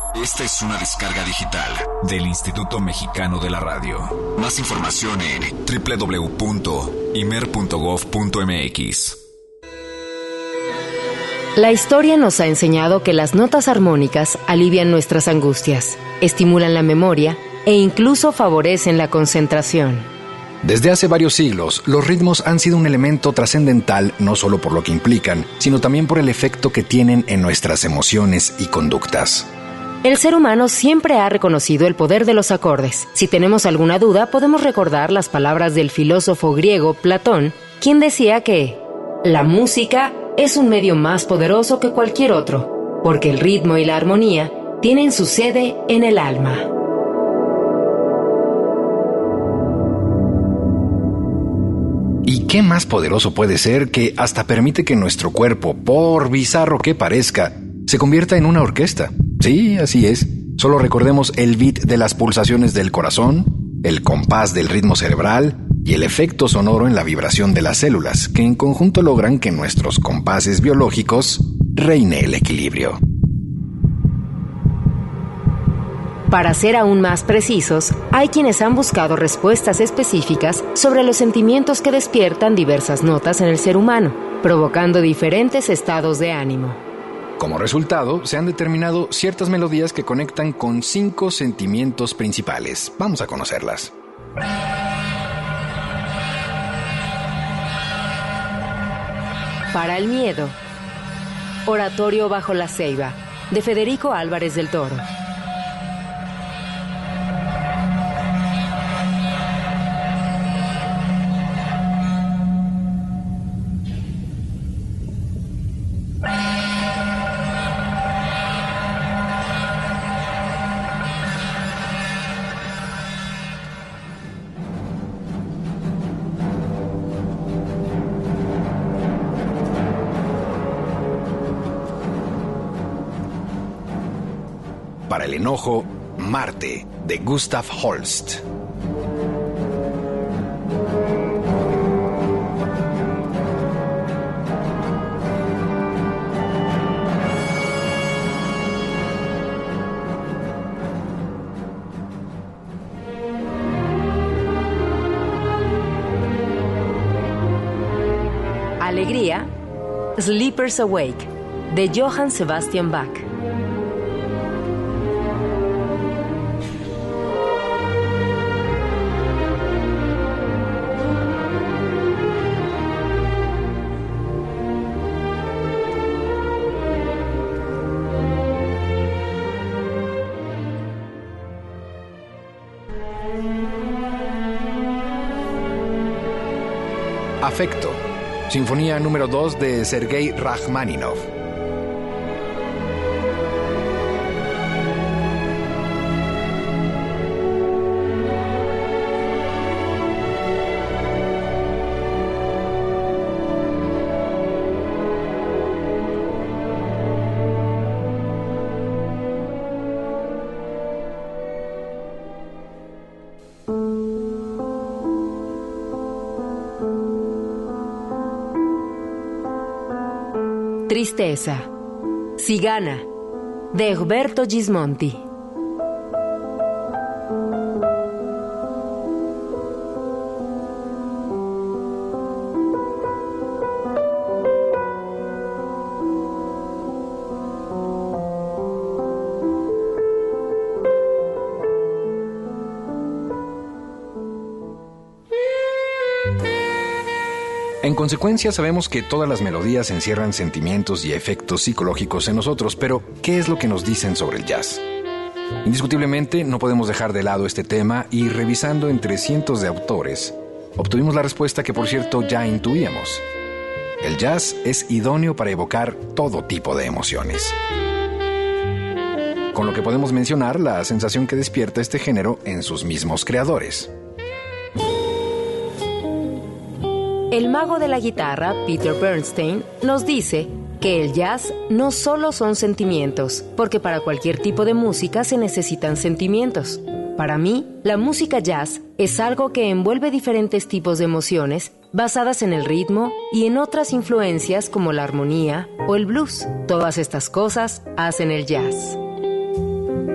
Esta es una descarga digital del Instituto Mexicano de la Radio. Más información en www.imer.gov.mx. La historia nos ha enseñado que las notas armónicas alivian nuestras angustias, estimulan la memoria e incluso favorecen la concentración. Desde hace varios siglos, los ritmos han sido un elemento trascendental no solo por lo que implican, sino también por el efecto que tienen en nuestras emociones y conductas. El ser humano siempre ha reconocido el poder de los acordes. Si tenemos alguna duda, podemos recordar las palabras del filósofo griego Platón, quien decía que la música es un medio más poderoso que cualquier otro, porque el ritmo y la armonía tienen su sede en el alma. ¿Y qué más poderoso puede ser que hasta permite que nuestro cuerpo, por bizarro que parezca, se convierta en una orquesta? Sí, así es. Solo recordemos el beat de las pulsaciones del corazón, el compás del ritmo cerebral y el efecto sonoro en la vibración de las células, que en conjunto logran que en nuestros compases biológicos reine el equilibrio. Para ser aún más precisos, hay quienes han buscado respuestas específicas sobre los sentimientos que despiertan diversas notas en el ser humano, provocando diferentes estados de ánimo. Como resultado, se han determinado ciertas melodías que conectan con 5 sentimientos principales. Vamos a conocerlas. Para el miedo, Oratorio bajo la ceiba, de Federico Álvarez del Toro. Para el enojo, Marte, de Gustav Holst. Alegría, Sleepers Awake, de Johann Sebastian Bach. Afecto, Sinfonía número 2 de Sergei Rachmaninoff. Tristeza, Cigana, de Egberto Gismonti. En consecuencia, sabemos que todas las melodías encierran sentimientos y efectos psicológicos en nosotros, pero ¿qué es lo que nos dicen sobre el jazz? Indiscutiblemente, no podemos dejar de lado este tema y revisando entre cientos de autores, obtuvimos la respuesta que, por cierto, ya intuíamos. El jazz es idóneo para evocar todo tipo de emociones. Con lo que podemos mencionar la sensación que despierta este género en sus mismos creadores. El mago de la guitarra, Peter Bernstein, nos dice que el jazz no solo son sentimientos, porque para cualquier tipo de música se necesitan sentimientos. Para mí, la música jazz es algo que envuelve diferentes tipos de emociones basadas en el ritmo y en otras influencias como la armonía o el blues. Todas estas cosas hacen el jazz.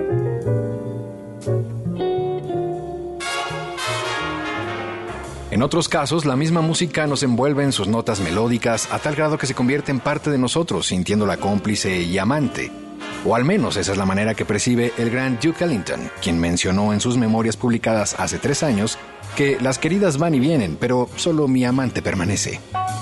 En otros casos, la misma música nos envuelve en sus notas melódicas a tal grado que se convierte en parte de nosotros, sintiéndola cómplice y amante. O al menos esa es la manera que percibe el gran Duke Ellington, quien mencionó en sus memorias publicadas hace 3 años que las queridas van y vienen, pero solo mi amante permanece.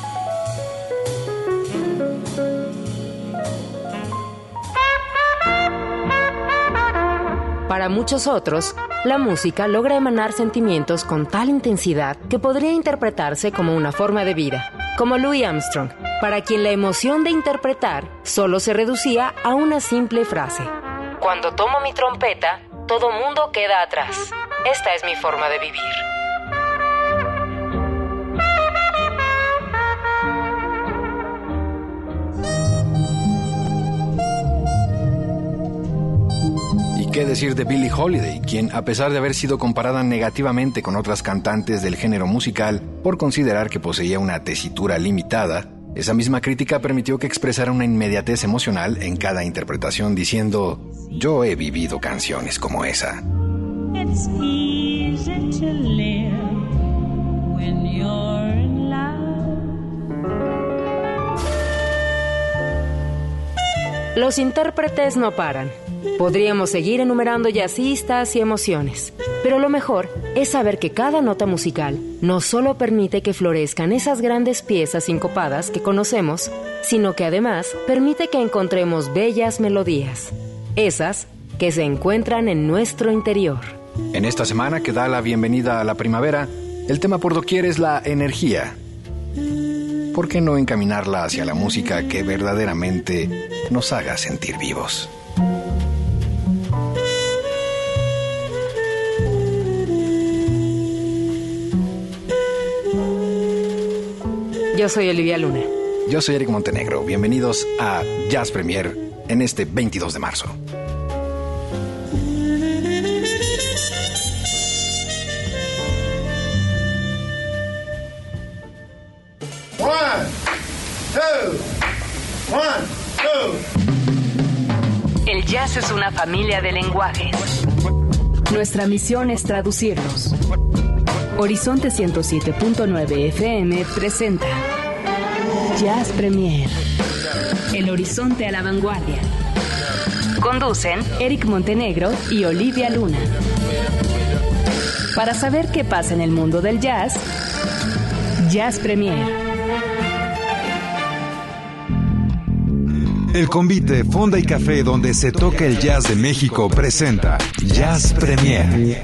Para muchos otros, la música logra emanar sentimientos con tal intensidad que podría interpretarse como una forma de vida, como Louis Armstrong, para quien la emoción de interpretar solo se reducía a una simple frase: cuando tomo mi trompeta, todo mundo queda atrás. Esta es mi forma de vivir. ¿Qué decir de Billie Holiday, quien, a pesar de haber sido comparada negativamente con otras cantantes del género musical por considerar que poseía una tesitura limitada, esa misma crítica permitió que expresara una inmediatez emocional en cada interpretación, diciendo: yo he vivido canciones como esa. It's easy to live when you're in love. Los intérpretes no paran. Podríamos seguir enumerando jazzistas y emociones, pero lo mejor es saber que cada nota musical no solo permite que florezcan esas grandes piezas sincopadas que conocemos, sino que además permite que encontremos bellas melodías, esas que se encuentran en nuestro interior. En esta semana que da la bienvenida a la primavera, el tema por doquier es la energía. ¿Por qué no encaminarla hacia la música que verdaderamente nos haga sentir vivos? Yo soy Olivia Luna. Yo soy Eric Montenegro. Bienvenidos a Jazz Premier en este 22 de marzo. El jazz es una familia de lenguajes. Nuestra misión es traducirlos. Horizonte 107.9 FM presenta Jazz Premier. El horizonte a la vanguardia. Conducen Eric Montenegro y Olivia Luna. Para saber qué pasa en el mundo del jazz, Jazz Premier. El convite Fonda y Café, donde se toca el jazz de México, presenta Jazz Premier.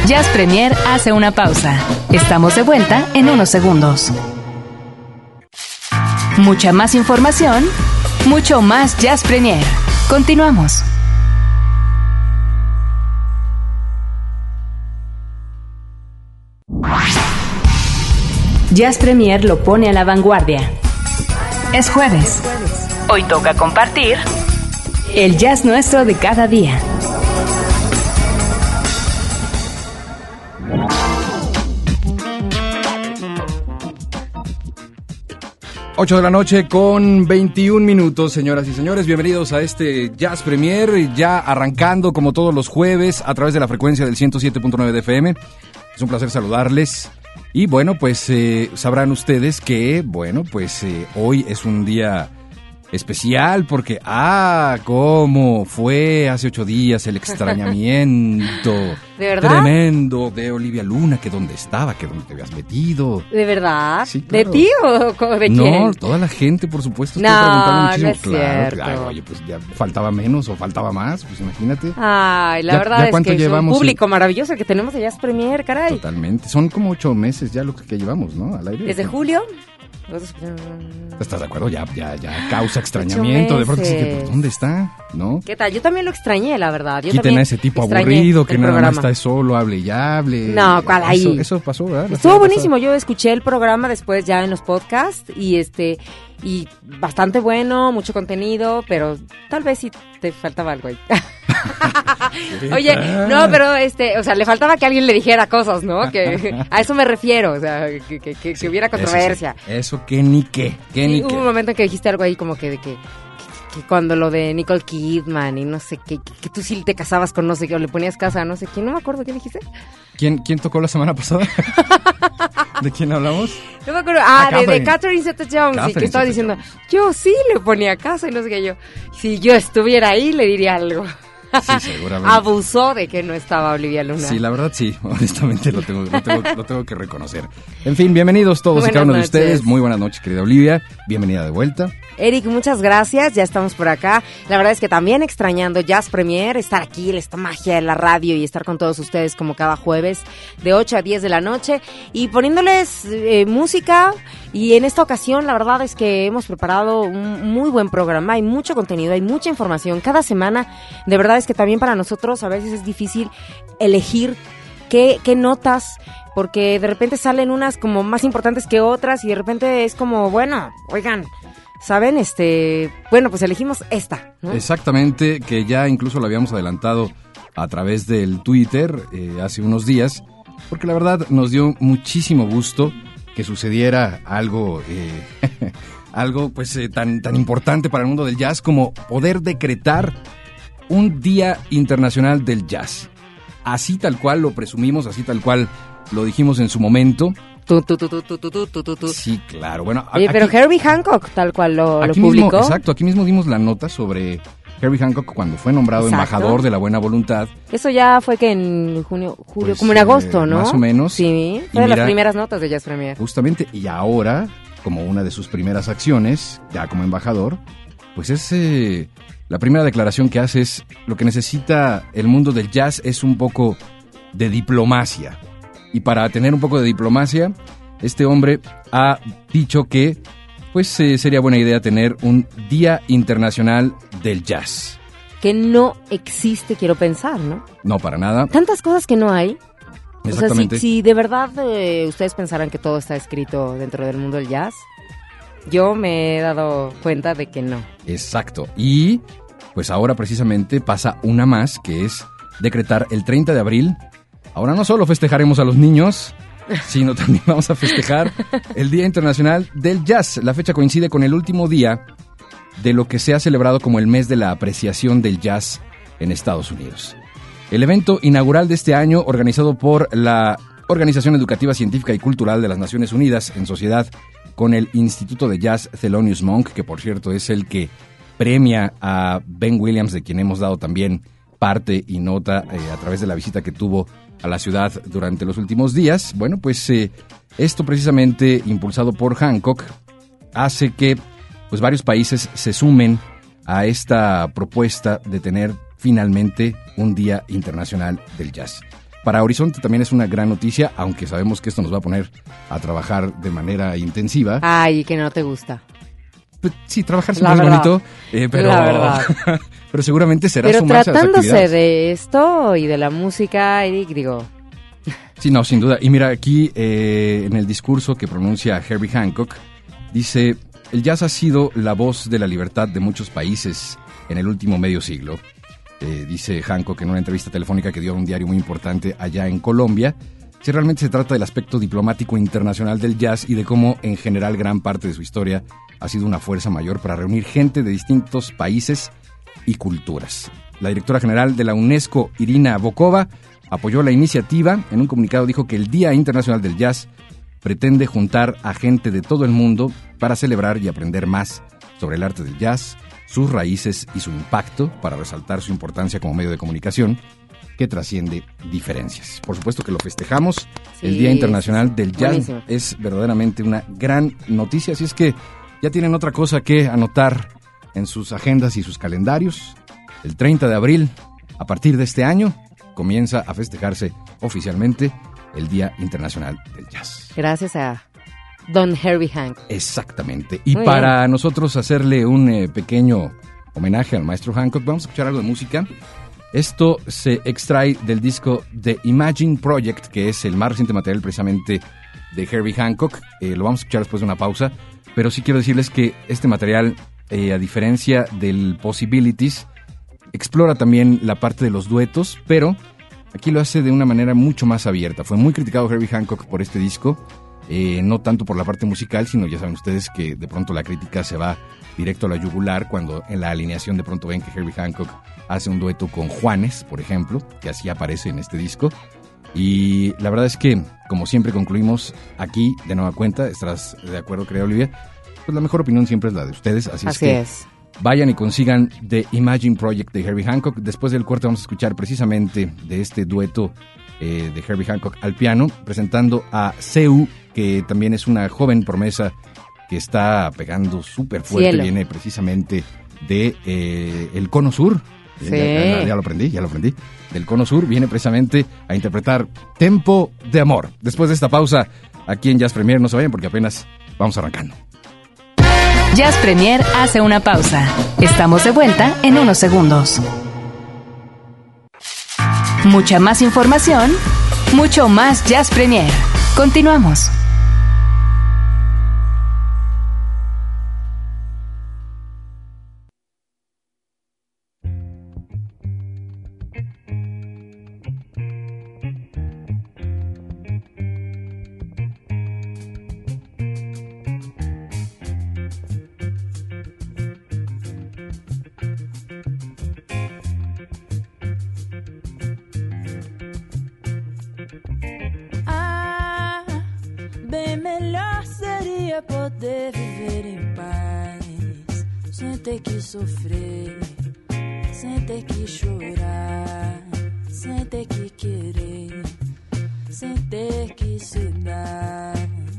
Jazz Premier hace una pausa. Estamos de vuelta en unos segundos. Mucha más información, mucho más Jazz Premier. Continuamos. Jazz Premier lo pone a la vanguardia. Es jueves. Hoy toca compartir el jazz nuestro de cada día. Ocho de la noche con 21 minutos, señoras y señores. Bienvenidos a este Jazz Premier, ya arrancando como todos los jueves a través de la frecuencia del 107.9 de FM. Es un placer saludarles. Y bueno, pues sabrán ustedes que, hoy es un día especial porque, ¿cómo fue hace 8 días el extrañamiento? ¿De verdad? Tremendo de Olivia Luna, que dónde estaba, que dónde te habías metido. ¿De verdad? Sí, claro. ¿De ti o de quién? No, toda la gente, por supuesto. No, estoy preguntando muchísimo. no es cierto. Claro, oye, pues ya faltaba menos o faltaba más, pues imagínate. Ay, la Ya verdad es que es un llevamos público maravilloso que tenemos de Jazz Premier, caray. Totalmente. Son como 8 meses ya lo que llevamos, ¿no? Al aire. ¿Desde julio? ¿Estás de acuerdo? Ya causa extrañamiento. De pronto sí que, pues, ¿dónde está? ¿No? ¿Qué tal? Yo también lo extrañé, la verdad. Quiten a ese tipo aburrido que nada más está solo, hable y hable. No, ¿cuál ahí? Eso pasó, ¿verdad? Estuvo buenísimo. Yo escuché el programa después ya en los podcasts y bastante bueno, mucho contenido, pero tal vez sí te faltaba algo ahí. Oye, no, pero le faltaba que alguien le dijera cosas, ¿no? Que a eso me refiero, o sea, que hubiera controversia. Eso que ni qué. Hubo un momento en que dijiste algo ahí como que cuando lo de Nicole Kidman y no sé qué, que tú sí te casabas con no sé qué, o le ponías casa a no sé quién, no me acuerdo qué dijiste. ¿Quién tocó la semana pasada? ¿De quién hablamos? No me acuerdo. De Catherine Zeta-Jones, que estaba diciendo, yo sí le ponía casa y no sé qué. Yo, si yo estuviera ahí, le diría algo. Sí, seguramente. Abusó de que no estaba Olivia Luna. Sí, la verdad sí, honestamente lo tengo que reconocer. En fin, bienvenidos todos y cada uno de ustedes. Muy buenas noches, querida Olivia. Bienvenida de vuelta. Eric, muchas gracias, ya estamos por acá. La verdad es que también extrañando Jazz Premier, estar aquí, esta magia de la radio y estar con todos ustedes como cada jueves de 8 a 10 de la noche y poniéndoles música. Y en esta ocasión la verdad es que hemos preparado un muy buen programa, hay mucho contenido, hay mucha información cada semana. De verdad es que también para nosotros a veces es difícil elegir qué notas, porque de repente salen unas como más importantes que otras y de repente es como, bueno, oigan, ¿saben? Pues elegimos esta, ¿no? Exactamente, que ya incluso lo habíamos adelantado a través del Twitter hace unos días, porque la verdad nos dio muchísimo gusto que sucediera algo tan importante para el mundo del jazz como poder decretar un Día Internacional del Jazz. Así tal cual lo presumimos, así tal cual lo dijimos en su momento. Sí, claro. Bueno, oye, pero Herbie Hancock tal cual lo publicó. Exacto, aquí mismo dimos la nota sobre Herbie Hancock cuando fue nombrado embajador de la buena voluntad. Eso ya fue que en julio, pues, como en agosto, ¿no? Más o menos. Sí, fue de las primeras notas de Jazz Premier. Justamente, y ahora, como una de sus primeras acciones, ya como embajador, pues es la primera declaración que hace es lo que necesita el mundo del jazz es un poco de diplomacia. Y para tener un poco de diplomacia, este hombre ha dicho que pues sería buena idea tener un Día Internacional del Jazz. Que no existe, quiero pensar, ¿no? No, para nada. Tantas cosas que no hay. Exactamente. O sea, si de verdad ustedes pensaran que todo está escrito dentro del mundo del jazz, yo me he dado cuenta de que no. Exacto. Y pues ahora precisamente pasa una más, que es decretar el 30 de abril. Ahora no solo festejaremos a los niños, sino también vamos a festejar el Día Internacional del Jazz. La fecha coincide con el último día de lo que se ha celebrado como el mes de la apreciación del jazz en Estados Unidos. El evento inaugural de este año, organizado por la Organización Educativa, Científica y Cultural de las Naciones Unidas, en sociedad con el Instituto de Jazz Thelonious Monk, que por cierto es el que premia a Ben Williams, de quien hemos dado también parte y nota a través de la visita que tuvo a la ciudad durante los últimos días. Bueno, pues esto precisamente impulsado por Hancock hace que pues varios países se sumen a esta propuesta de tener finalmente un Día Internacional del Jazz. Para Horizonte también es una gran noticia, aunque sabemos que esto nos va a poner a trabajar de manera intensiva. Ay, que no te gusta. Pues, sí, trabajar siempre es bonito, pero, la verdad. pero seguramente será Pero sumarse a las tratándose actividades. de esto y de la música, Eric, digo... Sí, no, sin duda. Y mira, aquí en el discurso que pronuncia Herbie Hancock, dice, el jazz ha sido la voz de la libertad de muchos países en el último medio siglo. Dice Hancock en una entrevista telefónica que dio a un diario muy importante allá en Colombia, si realmente se trata del aspecto diplomático internacional del jazz y de cómo en general gran parte de su historia ha sido una fuerza mayor para reunir gente de distintos países y culturas. La directora general de la UNESCO, Irina Bokova, apoyó la iniciativa. En un comunicado dijo que el Día Internacional del Jazz pretende juntar a gente de todo el mundo para celebrar y aprender más sobre el arte del jazz, sus raíces y su impacto, para resaltar su importancia como medio de comunicación que trasciende diferencias. Por supuesto que lo festejamos. Sí, el Día Internacional del Jazz buenísimo. es verdaderamente una gran noticia, así es que ya tienen otra cosa que anotar en sus agendas y sus calendarios. El 30 de abril, a partir de este año, comienza a festejarse oficialmente el Día Internacional del Jazz. Gracias a Don Herbie Hancock. Exactamente. Y Muy para bien. nosotros hacerle un pequeño homenaje al maestro Hancock, vamos a escuchar algo de música. Esto se extrae del disco The Imagine Project, que es el más reciente material precisamente de Herbie Hancock. Lo vamos a escuchar después de una pausa, pero sí quiero decirles que este material, a diferencia del Possibilities, explora también la parte de los duetos, pero aquí lo hace de una manera mucho más abierta. Fue muy criticado Herbie Hancock por este disco, no tanto por la parte musical, sino ya saben ustedes que de pronto la crítica se va directo a la yugular cuando en la alineación de pronto ven que Herbie Hancock hace un dueto con Juanes, por ejemplo, que así aparece en este disco. Y la verdad es que, como siempre concluimos aquí, de nueva cuenta, estarás de acuerdo, creo, Olivia, pues la mejor opinión siempre es la de ustedes, así es que vayan y consigan The Imagine Project de Herbie Hancock. Después del corte vamos a escuchar precisamente de este dueto de Herbie Hancock al piano, presentando a Seu, que también es una joven promesa que está pegando súper fuerte. Cielo. Viene precisamente de el Cono Sur. Sí. Ya lo aprendí. Del Cono Sur, viene precisamente a interpretar Tempo de Amor. Después de esta pausa, aquí en Jazz Premier, no se vayan porque apenas vamos arrancando. Jazz Premier hace una pausa. Estamos de vuelta en unos segundos. Mucha más información, mucho más Jazz Premier. Continuamos. Bem melhor seria poder viver em paz, sem ter que sofrer, sem ter que chorar, sem ter que querer, sem ter que se dar.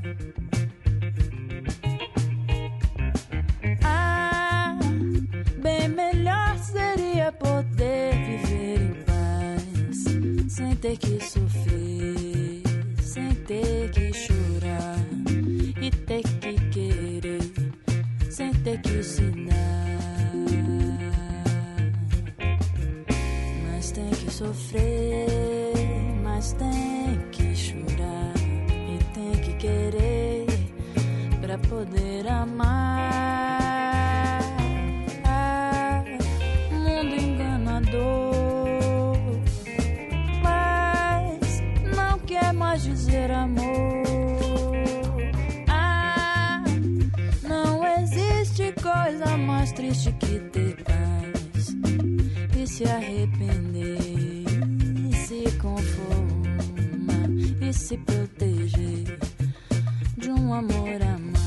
Bem melhor seria poder viver em paz, sem ter que sofrer, sem ter que chorar e ter que querer, sem ter que ensinar. Mas tem que sofrer, mas tem que chorar e tem que querer pra poder amar. Mundo enganador, mas não quer mais dizer amor. Não existe coisa mais triste que ter paz e se arrepender, e se conformar e se proteger de um amor a mais.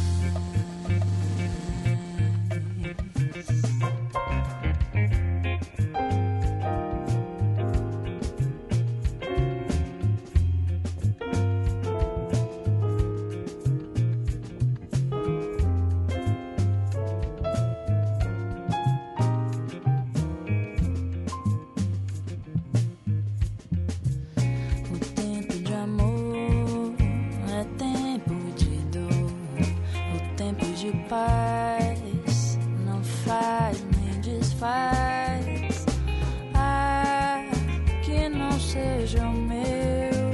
O de paz, não faz nem desfaz. Ah, que não seja o meu,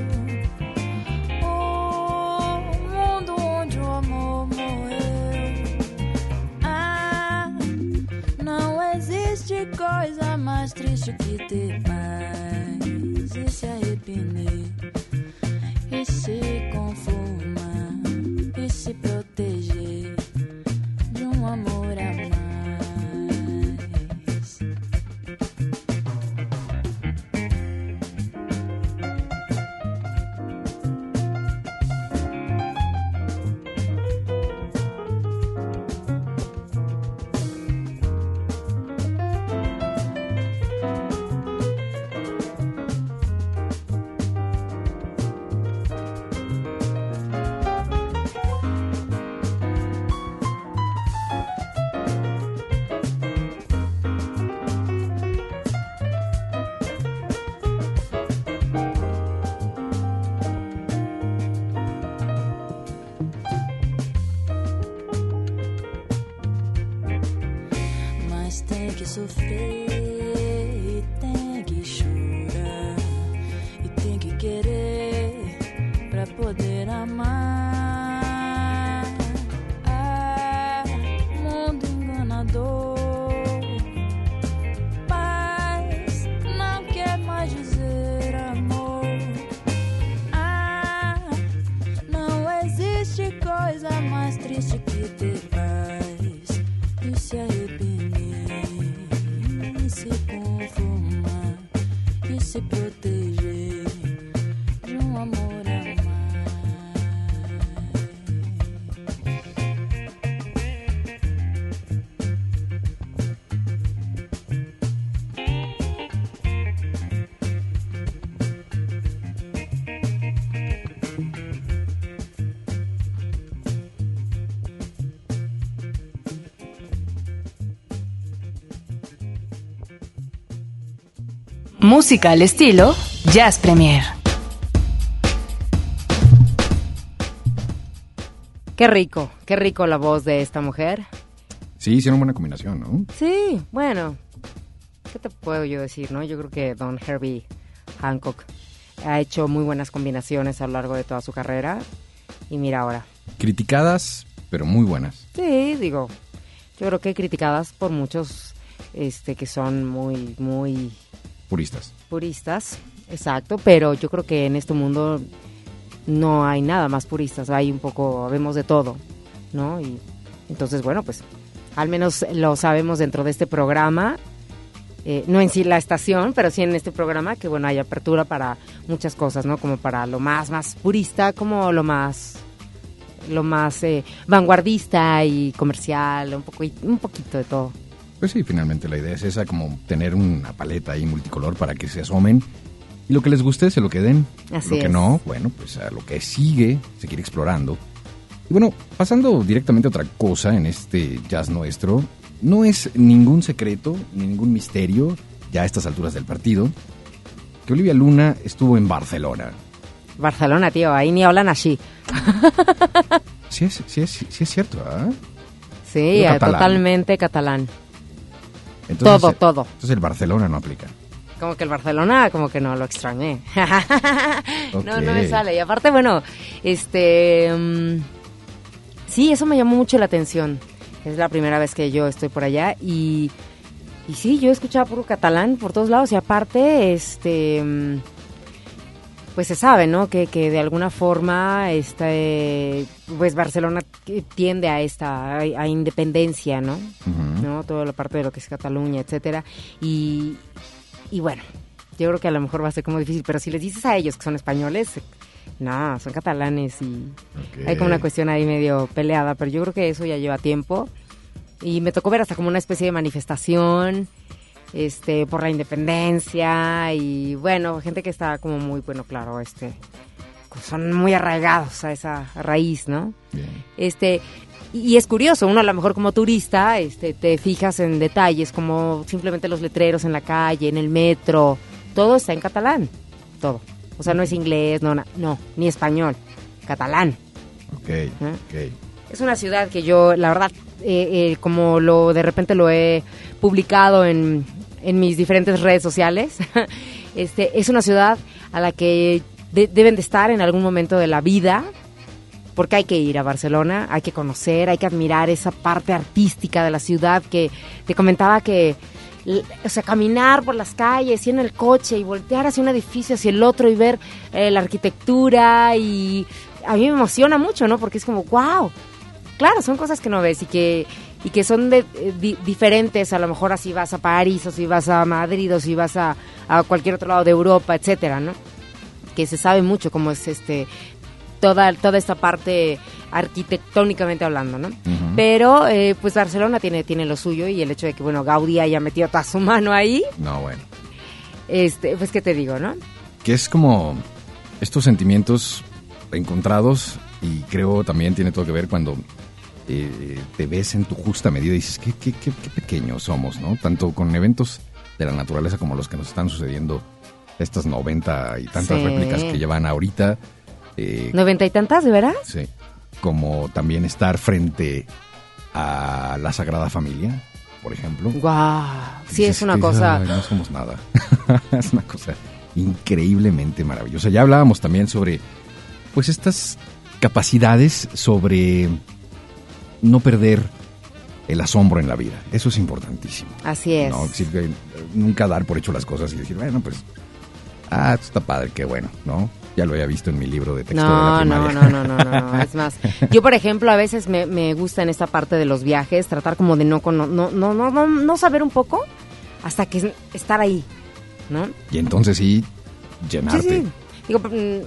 o mundo onde o amor morreu. Ah, não existe coisa mais triste que ter paz e se arrepender e se conformar e se proteger de um amor a mais. Mas tem que sofrer e tem que chorar e tem que querer pra poder amar. Ah, mundo enganador, paz não quer mais dizer amor. Ah, não existe coisa mais triste que ter paz e se arrepender e se conformar e se proteger de um amor a mais. Música al estilo Jazz Premier. Qué rico la voz de esta mujer. Sí, hicieron buena combinación, ¿no? Sí, bueno, ¿qué te puedo yo decir, no? Yo creo que Don Herbie Hancock ha hecho muy buenas combinaciones a lo largo de toda su carrera. Y mira ahora. Criticadas, pero muy buenas. Sí, digo, yo creo que criticadas por muchos que son muy Puristas. exacto, pero yo creo que en este mundo no hay nada más puristas, hay un poco, vemos de todo, ¿no? Y entonces, bueno, pues al menos lo sabemos dentro de este programa, no en sí la estación, pero sí en este programa, que bueno, hay apertura para muchas cosas, ¿no? Como para lo más purista, como lo más vanguardista y comercial, un poquito de todo. Pues sí, finalmente la idea es esa, como tener una paleta ahí multicolor para que se asomen y lo que les guste se lo queden. Así lo que es. no, bueno, pues a lo que sigue se quiere explorando. Y bueno, pasando directamente a otra cosa en este jazz nuestro, no es ningún secreto ni ningún misterio, ya a estas alturas del partido, que Olivia Luna estuvo en Barcelona. Barcelona, tío, ahí ni hablan así. Sí es cierto, ¿ah? Sí, Catalán. totalmente catalán. Entonces, Todo. Entonces el Barcelona no aplica. Como que el Barcelona, como que no, lo extrañé. Ok. No me sale. Y aparte, bueno, sí, eso me llamó mucho la atención. Es la primera vez que yo estoy por allá y sí, yo escuchaba puro catalán por todos lados y aparte, pues se sabe, ¿no? Que de alguna forma, pues Barcelona tiende a independencia, ¿no? Ujú. ¿No? Toda la parte de lo que es Cataluña, etcétera. Y bueno, yo creo que a lo mejor va a ser como difícil, pero si les dices a ellos que son españoles, no, son catalanes y Ok. hay como una cuestión ahí medio peleada, pero yo creo que eso ya lleva tiempo. Y me tocó ver hasta como una especie de manifestación por la independencia y bueno, gente que está como muy, bueno, claro, son muy arraigados a esa raíz, ¿no? Bien. Y es curioso, uno a lo mejor como turista, te fijas en detalles como simplemente los letreros en la calle, en el metro, todo está en catalán, todo. O sea, no es inglés, no, ni español, catalán. Ok. Es una ciudad que yo, la verdad, como de repente lo he publicado en mis diferentes redes sociales, es una ciudad a la que deben de estar en algún momento de la vida, porque hay que ir a Barcelona, hay que conocer, hay que admirar esa parte artística de la ciudad que te comentaba que, o sea, caminar por las calles y en el coche y voltear hacia un edificio, hacia el otro y ver la arquitectura, y a mí me emociona mucho, ¿no? Porque es como, wow, claro, son cosas que no ves y que son diferentes, a lo mejor así vas a París, o si vas a Madrid, o si vas a cualquier otro lado de Europa, etcétera, ¿no? Que se sabe mucho cómo es toda esta parte arquitectónicamente hablando, ¿no? Uh-huh. Pero pues Barcelona tiene lo suyo, y el hecho de que, bueno, Gaudí haya metido toda su mano ahí. No, bueno. Pues qué te digo, ¿no? Que es como estos sentimientos encontrados, y creo también tiene todo que ver cuando te ves en tu justa medida y dices, qué pequeños somos, ¿no? Tanto con eventos de la naturaleza como los que nos están sucediendo, estas 90 y tantas réplicas que llevan ahorita. 90 y tantas, ¿de verdad? Sí. Como también estar frente a la Sagrada Familia, por ejemplo. ¡Guau! Sí, es una cosa... No somos nada. Es una cosa increíblemente maravillosa. Ya hablábamos también sobre, pues, estas capacidades sobre no perder el asombro en la vida. Eso es importantísimo. Así es. ¿No? Es decir, nunca dar por hecho las cosas y decir, bueno, pues, esto está padre, qué bueno, ¿no? Ya lo había visto en mi libro de texto de la primaria. No. Es más, yo, por ejemplo, a veces me gusta en esta parte de los viajes tratar como de no saber un poco hasta que estar ahí, ¿no? Y entonces sí, llenarte. Sí. Digo,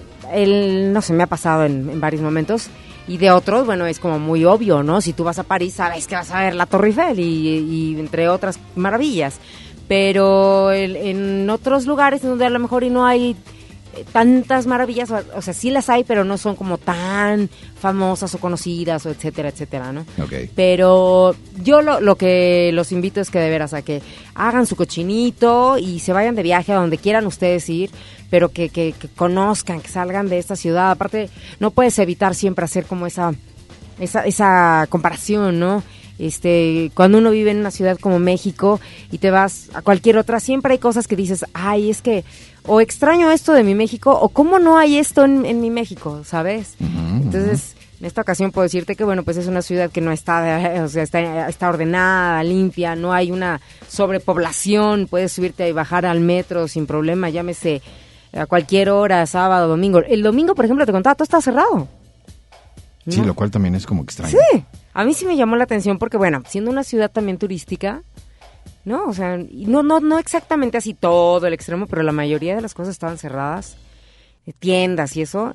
no sé, me ha pasado en varios momentos, y de otros, bueno, es como muy obvio, ¿no? Si tú vas a París, sabes que vas a ver la Torre Eiffel y entre otras maravillas. Pero en otros lugares donde a lo mejor y no hay tantas maravillas, o sea, sí las hay, pero no son como tan famosas o conocidas, o etcétera, etcétera, ¿no? Okay. Pero yo lo que los invito es que de veras a que hagan su cochinito y se vayan de viaje a donde quieran ustedes ir, pero que conozcan, que salgan de esta ciudad. Aparte, no puedes evitar siempre hacer como esa comparación, ¿no? Cuando uno vive en una ciudad como México y te vas a cualquier otra, siempre hay cosas que dices, ay, es que o extraño esto de mi México, o cómo no hay esto en mi México, ¿sabes? Uh-huh. Entonces, en esta ocasión puedo decirte que, bueno, pues es una ciudad que no está, o sea, está ordenada, limpia, no hay una sobrepoblación, puedes subirte y bajar al metro sin problema, llámese a cualquier hora, sábado, domingo. El domingo, por ejemplo, te contaba, todo está cerrado, ¿no? Sí, lo cual también es como extraño. Sí. A mí sí me llamó la atención porque, bueno, siendo una ciudad también turística, ¿no? O sea, no exactamente así todo el extremo, pero la mayoría de las cosas estaban cerradas, tiendas y eso,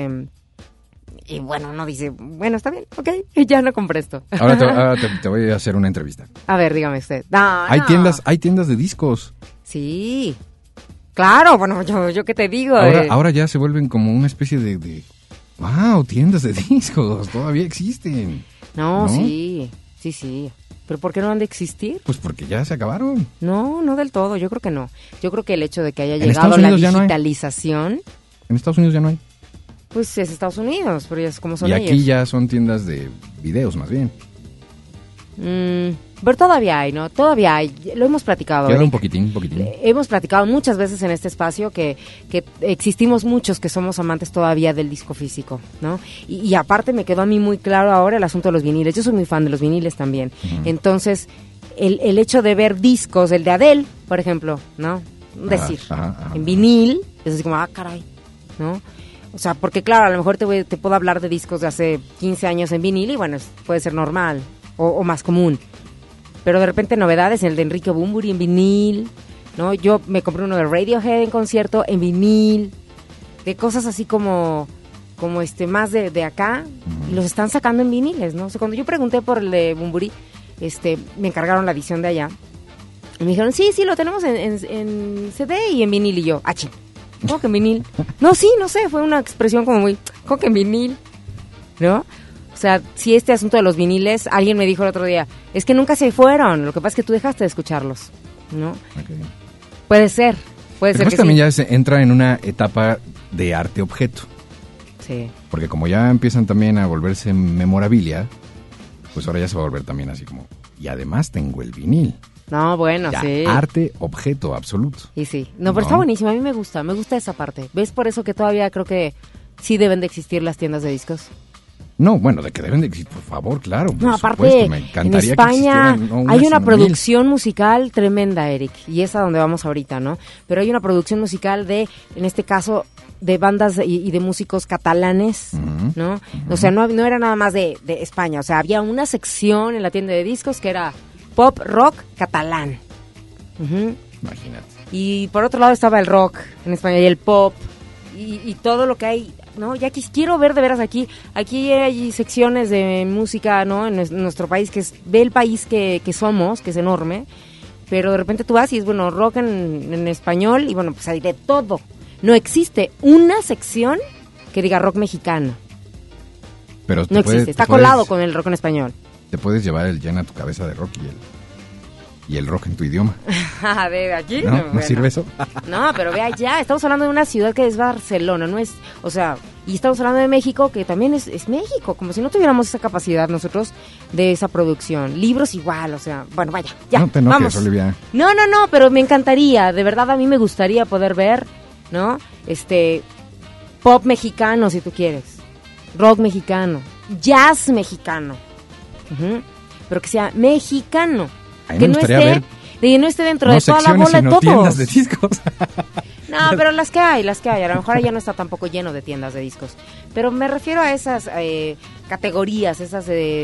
y bueno, uno dice, bueno, está bien, ok, ya no compré esto. Ahora te voy a hacer una entrevista. A ver, dígame usted. No. Hay tiendas de discos. Sí, claro, bueno, yo qué te digo. Ahora ya se vuelven como una especie de wow, tiendas de discos, todavía existen. No, sí. ¿Pero por qué no han de existir? Pues porque ya se acabaron. No del todo, yo creo que no. Yo creo que el hecho de que haya llegado la digitalización... ¿En Estados Unidos ya no hay? Pues es Estados Unidos, pero ya es como son ellos. Y aquí ellos. ya son tiendas de videos, más bien. Pero todavía hay, ¿no? Todavía hay. Lo hemos platicado. Queda un poquitín. Hemos platicado muchas veces en este espacio que existimos muchos que somos amantes todavía del disco físico, ¿no? Y aparte me quedó a mí muy claro ahora el asunto de los viniles. Yo soy muy fan de los viniles también. Uh-huh. Entonces, el hecho de ver discos, el de Adele, por ejemplo, ¿no? En vinil, es así como, caray, ¿no? O sea, porque claro, a lo mejor te puedo hablar de discos de hace 15 años en vinil y bueno, puede ser normal o más común. Pero de repente novedades, el de Enrique Bunbury en vinil, ¿no? Yo me compré uno de Radiohead en concierto en vinil, de cosas así como más de acá, y los están sacando en viniles, ¿no? O sea, cuando yo pregunté por el de Bunbury, me encargaron la edición de allá, y me dijeron, sí, lo tenemos en CD y en vinil, y yo, ching, ¿cómo que en vinil? No sé, fue una expresión como muy, ¿cómo que en vinil? ¿No? O sea, si este asunto de los viniles, alguien me dijo el otro día, es que nunca se fueron, lo que pasa es que tú dejaste de escucharlos, ¿no? Okay. Puede ser que también ya se entra en una etapa de arte-objeto. Sí. Porque como ya empiezan también a volverse memorabilia, pues ahora ya se va a volver también así como... Y además tengo el vinil. No, bueno, Ya, sí. arte, objeto, absoluto. Y sí. No, pero No. está buenísimo. A mí me gusta esa parte. ¿Ves? Por eso que todavía creo que sí deben de existir las tiendas de discos. No, bueno, de que deben de existir, por favor, claro. No, por aparte, supuesto, me en encantaría España que existieran, no, hay una sino 1000. producción musical tremenda, Eric, y es a donde vamos ahorita, ¿no? Pero hay una producción musical de, en este caso, de bandas y de músicos catalanes, ¿no? O sea, no era nada más de España, o sea, había una sección en la tienda de discos que era pop, rock, catalán. Ujú. Imagínate. Y por otro lado estaba el rock en España y el pop y todo lo que hay, ¿no? Ya quiero ver de veras aquí hay secciones de música, ¿no? En nuestro país, ve el país que somos, que es enorme, pero de repente tú vas y es, bueno, rock en español y bueno, pues hay de todo. No existe una sección que diga rock mexicano. Pero No existe, está colado con el rock en español. Te puedes llevar el yen a tu cabeza de rock y el rock en tu idioma. ¿De aquí? ¿No? ¿No Bueno. sirve eso? No, pero ve allá, estamos hablando de una ciudad que es Barcelona, no es, o sea, y estamos hablando de México, que también es México, como si no tuviéramos esa capacidad nosotros de esa producción. Libros igual, o sea, bueno, vaya, ya, No te enojes, vamos. Olivia. No, pero me encantaría, de verdad a mí me gustaría poder ver, ¿no? Pop mexicano, si tú quieres, rock mexicano, jazz mexicano, ujú, pero que sea mexicano. A mí Que me no gustaría ver no esté dentro no de toda la secciones, bola de sino todos. tiendas de discos. No, pero las que hay. A lo mejor ya no está tampoco lleno de tiendas de discos. Pero me refiero a esas categorías, estas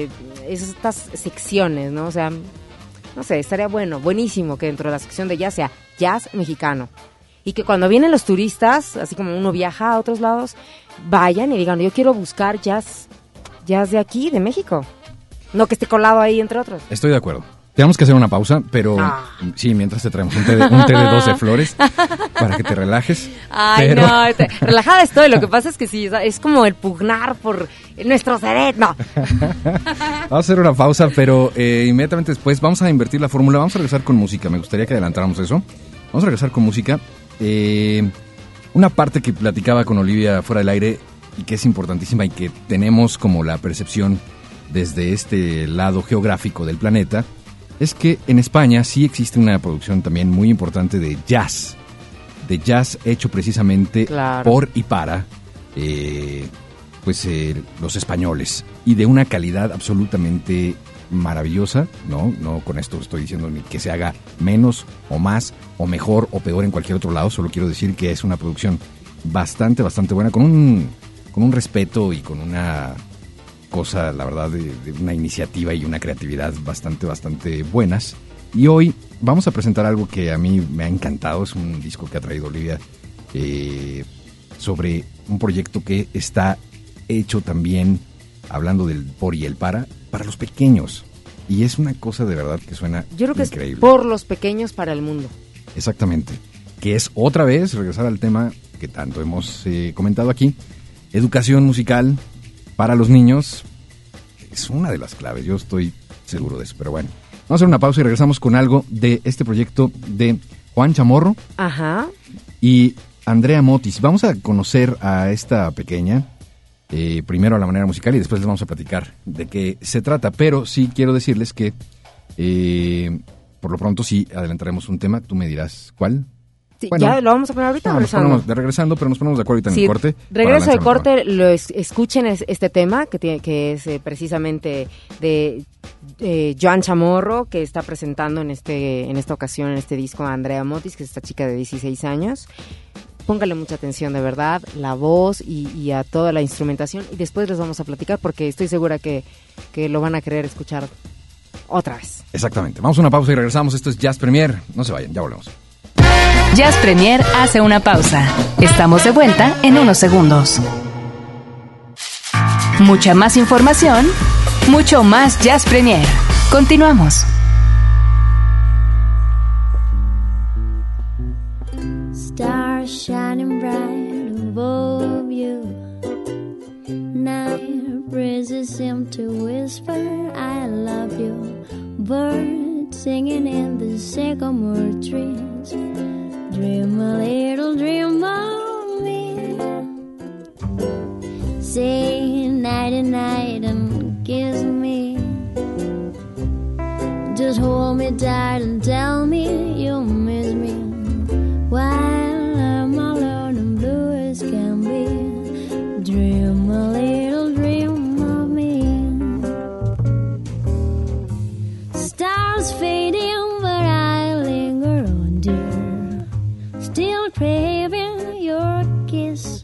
secciones, ¿no? O sea, no sé, estaría buenísimo que dentro de la sección de jazz sea jazz mexicano. Y que cuando vienen los turistas, así como uno viaja a otros lados, vayan y digan, yo quiero buscar jazz de aquí, de México. No que esté colado ahí entre otros. Estoy de acuerdo. Tenemos que hacer una pausa, pero sí, mientras te traemos un té de 12 flores para que te relajes. Ay, pero... no, relajada estoy. Lo que pasa es que sí, es como el pugnar por nuestro cerebro. No. Vamos a hacer una pausa, pero inmediatamente después vamos a invertir la fórmula. Vamos a regresar con música. Me gustaría que adelantáramos eso. Vamos a regresar con música. Una parte que platicaba con Olivia fuera del aire y que es importantísima y que tenemos como la percepción desde este lado geográfico del planeta, es que en España sí existe una producción también muy importante de jazz hecho precisamente por y para los españoles, y de una calidad absolutamente maravillosa. No con esto estoy diciendo ni que se haga menos o más o mejor o peor en cualquier otro lado, solo quiero decir que es una producción bastante buena, con un respeto y con una cosa, la verdad, de una iniciativa y una creatividad bastante buenas. Y hoy vamos a presentar algo que a mí me ha encantado. Es un disco que ha traído Olivia sobre un proyecto que está hecho también, hablando del por y el para los pequeños. Y es una cosa de verdad que suena Yo creo que increíble. Es por los pequeños para el mundo. Exactamente. Que es otra vez regresar al tema que tanto hemos comentado aquí. Educación musical para los niños es una de las claves, yo estoy seguro de eso, pero bueno. Vamos a hacer una pausa y regresamos con algo de este proyecto de Juan Chamorro y Andrea Motis. Vamos a conocer a esta pequeña, primero a la manera musical y después les vamos a platicar de qué se trata, pero sí quiero decirles que por lo pronto sí adelantaremos un tema, tú me dirás cuál. Sí, bueno, ¿ya lo vamos a poner ahorita o regresando? Regresando, pero nos ponemos de acuerdo ahorita en el corte. Regreso de corte, escuchen que es precisamente de Joan Chamorro, que está presentando en esta ocasión, en este disco, a Andrea Motis, que es esta chica de 16 años. Póngale mucha atención, de verdad, la voz y a toda la instrumentación, y después les vamos a platicar porque estoy segura que lo van a querer escuchar otra vez. Exactamente. Vamos a una pausa y regresamos. Esto es Jazz Premier. No se vayan, ya volvemos. Jazz Premier hace una pausa. Estamos de vuelta en unos segundos. Mucha más información, mucho más Jazz Premier. Continuamos. Stars shining bright above you. Night breezes seem to whisper, I love you. Birds singing in the sycamore trees. Dream a little dream of me. Say nighty night and kiss me. Just hold me tight and tell me you'll miss me while I'm alone and blue as can be. Dream a little dream of me. Stars fading, but I linger on, dear. Still craving your kiss.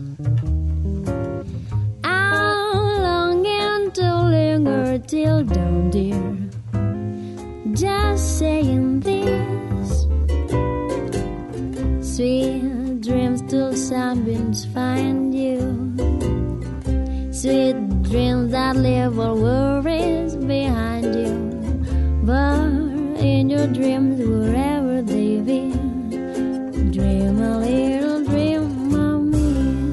I'm longing to linger till dawn, dear. Just saying this. Sweet dreams till sunbeams find you. Sweet dreams that leave all worries behind you. But in your dreams, wherever they be, dream a little dream of me.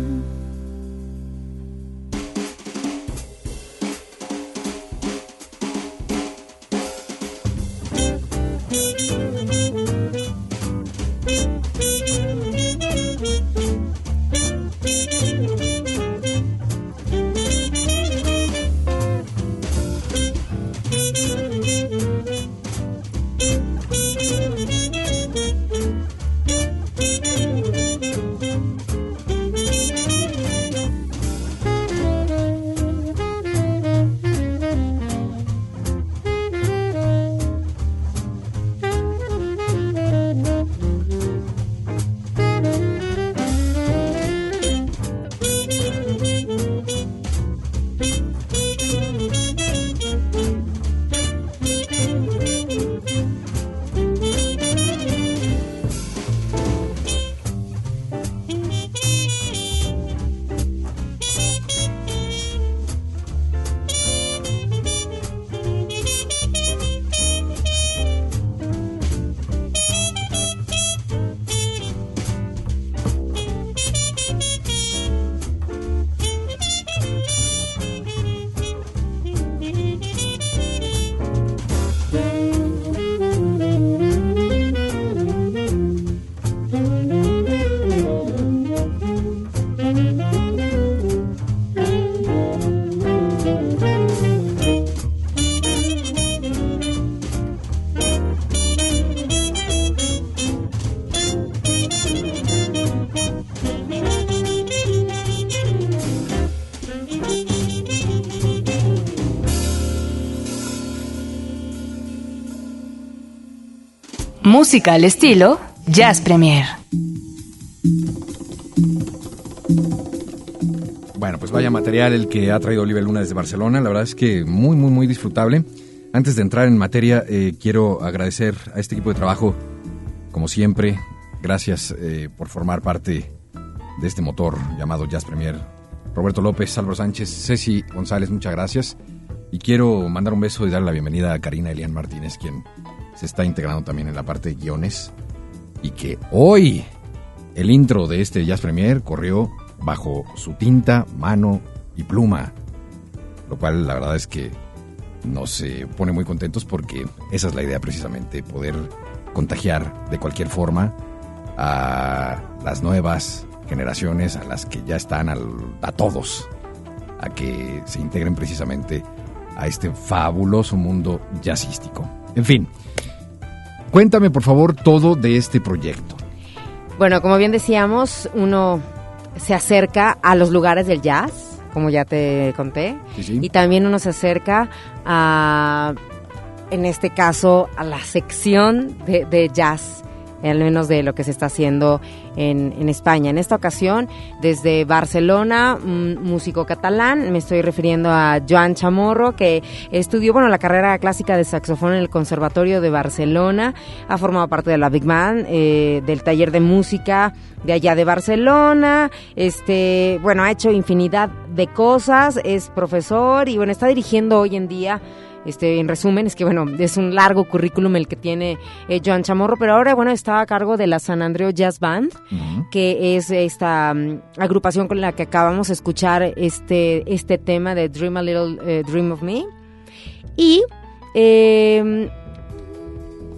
Música al estilo Jazz Premier. Bueno, pues vaya material el que ha traído Oliver Luna desde Barcelona. La verdad es que muy, muy, muy disfrutable. Antes de entrar en materia, quiero agradecer a este equipo de trabajo, como siempre. Gracias por formar parte de este motor llamado Jazz Premier. Roberto López, Álvaro Sánchez, Ceci González, muchas gracias. Y quiero mandar un beso y darle la bienvenida a Karina Elian Martínez, quien se está integrando también en la parte de guiones. Y que hoy el intro de este Jazz Premier corrió bajo su tinta, mano y pluma. Lo cual la verdad es que nos pone muy contentos porque esa es la idea precisamente, poder contagiar de cualquier forma a las nuevas generaciones, a las que ya están, a todos, a que se integren precisamente a este fabuloso mundo jazzístico. En fin, cuéntame por favor todo de este proyecto. Bueno, como bien decíamos, uno se acerca a los lugares del jazz, como ya te conté, sí. Y también uno se acerca a, en este caso, a la sección de jazz, al menos de lo que se está haciendo en España. En esta ocasión, desde Barcelona, un músico catalán, me estoy refiriendo a Joan Chamorro, que estudió, la carrera clásica de saxofón en el Conservatorio de Barcelona, ha formado parte de la Big Band, del taller de música de allá de Barcelona, ha hecho infinidad de cosas, es profesor y está dirigiendo hoy en día. En resumen, es un largo currículum el que tiene Joan Chamorro, pero ahora, está a cargo de la San Andreu Jazz Band, que es esta agrupación con la que acabamos de escuchar este tema de Dream a Little Dream of Me. Y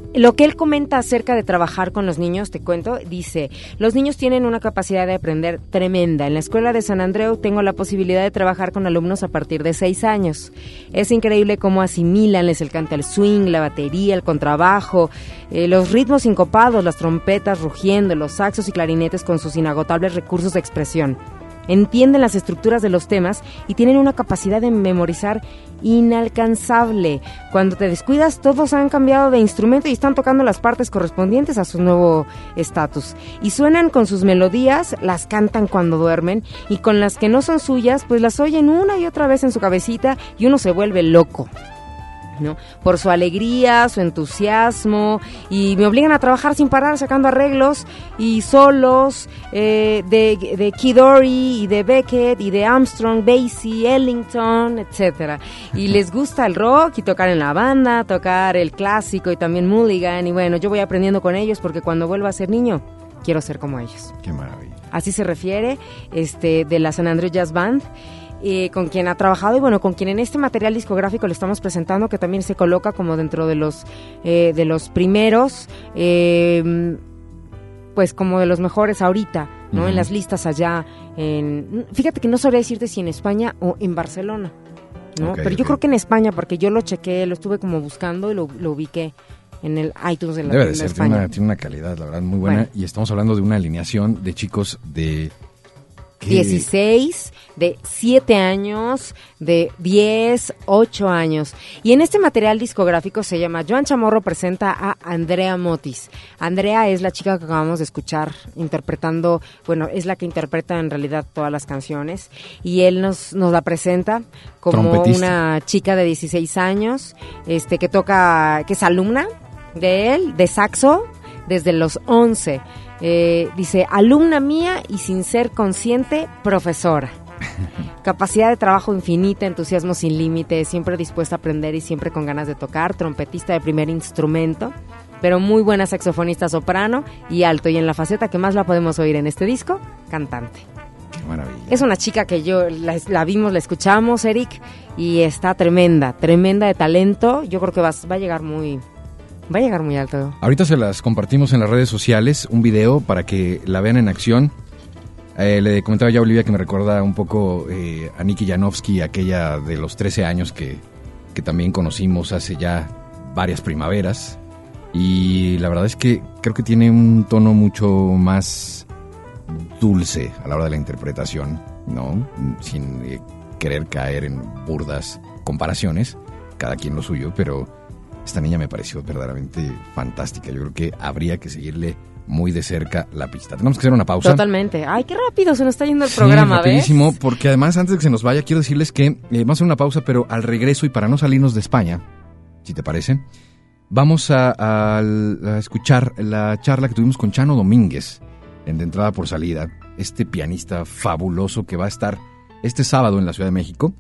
Lo que él comenta acerca de trabajar con los niños, te cuento, dice, los niños tienen una capacidad de aprender tremenda. En la escuela de San Andreu tengo la posibilidad de trabajar con alumnos a partir de 6 años. Es increíble cómo asimilan, les encanta el swing, la batería, el contrabajo, los ritmos sincopados, las trompetas rugiendo, los saxos y clarinetes con sus inagotables recursos de expresión. Entienden las estructuras de los temas y tienen una capacidad de memorizar inalcanzable. Cuando te descuidas, todos han cambiado de instrumento y están tocando las partes correspondientes a su nuevo estatus. Y suenan con sus melodías, las cantan cuando duermen, y con las que no son suyas, pues las oyen una y otra vez en su cabecita y uno se vuelve loco, ¿no? Por su alegría, su entusiasmo, y me obligan a trabajar sin parar sacando arreglos y solos de Kid Ory y de Beckett y de Armstrong, Basie, Ellington, etcétera. Y les gusta el rock y tocar en la banda, tocar el clásico y también Mulligan, y bueno, yo voy aprendiendo con ellos porque cuando vuelva a ser niño quiero ser como ellos. Qué maravilla. Así se refiere de la San Andreu Jazz Band. Con quien ha trabajado y bueno, con quien en este material discográfico le estamos presentando, que también se coloca como dentro de los primeros, pues como de los mejores ahorita, ¿no? En las listas allá, fíjate que no sabría decirte si en España o en Barcelona, ¿no? Pero yo creo que en España, porque yo lo chequé, lo estuve como buscando y lo ubiqué en el iTunes de la Debe de ser, España. tiene una calidad, la verdad, muy buena. Bueno. Y estamos hablando de una alineación de chicos de... 16, de 7 años, de 10, 8 años. Y en este material discográfico se llama Joan Chamorro presenta a Andrea Motis. Andrea es la chica que acabamos de escuchar interpretando, bueno, es la que interpreta en realidad todas las canciones. Y él nos la presenta como una chica de 16 años, que toca, que es alumna de él, de saxo, desde los 11. Dice, alumna mía y sin ser consciente, profesora. Capacidad de trabajo infinita, entusiasmo sin límite, siempre dispuesta a aprender y siempre con ganas de tocar, trompetista de primer instrumento, pero muy buena saxofonista soprano y alto, y en la faceta que más la podemos oír en este disco, cantante. Qué maravilla. Es una chica que yo la vimos, la escuchamos, Eric, y está tremenda de talento. Yo creo que va a llegar muy alto. Ahorita se las compartimos en las redes sociales, un video para que la vean en acción. Le comentaba ya a Olivia que me recuerda un poco a Nikki Janowski, aquella de los 13 años que también conocimos hace ya varias primaveras. Y la verdad es que creo que tiene un tono mucho más dulce a la hora de la interpretación, ¿no? Sin querer caer en burdas comparaciones, cada quien lo suyo, pero esta niña me pareció verdaderamente fantástica. Yo creo que habría que seguirle muy de cerca la pista. Tenemos que hacer una pausa. Totalmente. Ay, qué rápido se nos está yendo el programa, rapidísimo, ¿ves? Porque además, antes de que se nos vaya, quiero decirles que vamos a hacer una pausa, pero al regreso, y para no salirnos de España, si te parece, vamos a escuchar la charla que tuvimos con Chano Domínguez, en De Entrada por Salida, este pianista fabuloso que va a estar este sábado en la Ciudad de México,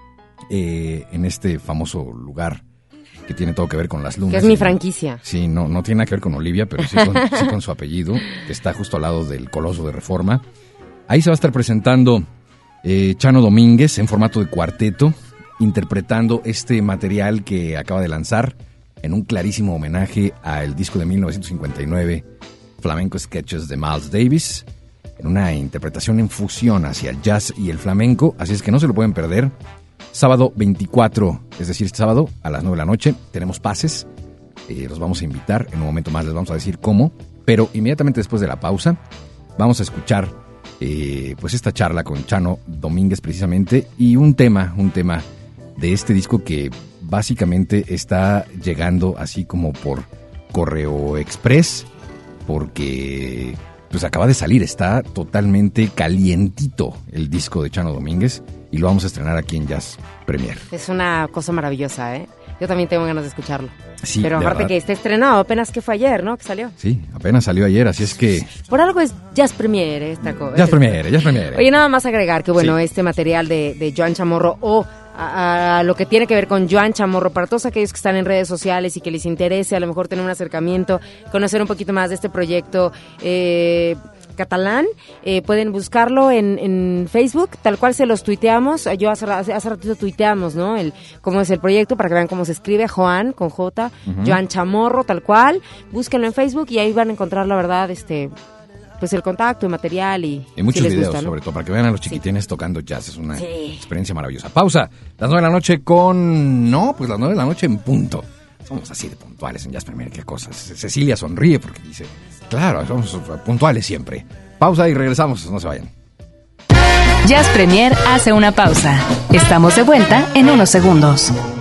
en este famoso lugar que tiene todo que ver con las lunas. Que es mi franquicia. Sí, no tiene nada que ver con Olivia, pero sí con su apellido, que está justo al lado del Coloso de Reforma. Ahí se va a estar presentando Chano Domínguez en formato de cuarteto, interpretando este material que acaba de lanzar en un clarísimo homenaje al disco de 1959, Flamenco Sketches de Miles Davis, en una interpretación en fusión hacia el jazz y el flamenco, así es que no se lo pueden perder. Sábado 24, es decir, este sábado a las 9 de la noche, tenemos pases, los vamos a invitar, en un momento más les vamos a decir cómo, pero inmediatamente después de la pausa vamos a escuchar pues esta charla con Chano Domínguez precisamente, y un tema de este disco que básicamente está llegando así como por correo express, porque pues acaba de salir, está totalmente calientito el disco de Chano Domínguez, y lo vamos a estrenar aquí en Jazz Premier. Es una cosa maravillosa, ¿eh? Yo también tengo ganas de escucharlo. Sí, pero aparte que está estrenado, apenas que fue ayer, ¿no? Que salió. Sí, apenas salió ayer, así es que... Por algo es Jazz Premier esta cosa. Jazz Premier. Oye, nada más agregar que, bueno, sí, este material de Joan Chamorro o a lo que tiene que ver con Joan Chamorro, para todos aquellos que están en redes sociales y que les interese a lo mejor tener un acercamiento, conocer un poquito más de este proyecto catalán. Pueden buscarlo en Facebook, tal cual se los tuiteamos. Yo hace ratito tuiteamos, ¿no? Cómo es el proyecto, para que vean cómo se escribe, Joan, con J, Joan Chamorro, tal cual. Búsquenlo en Facebook y ahí van a encontrar, la verdad, pues el contacto, el material y muchos si les videos, gusta, ¿no? sobre todo, para que vean a los chiquitines tocando jazz. Es una experiencia maravillosa. Pausa. Las 9 de la noche las 9 de la noche en punto. Somos así de puntuales en Jazz Premier, qué cosas. Cecilia sonríe porque dice, claro, somos puntuales siempre. Pausa y regresamos, no se vayan. Jazz Premier hace una pausa. Estamos de vuelta en unos segundos.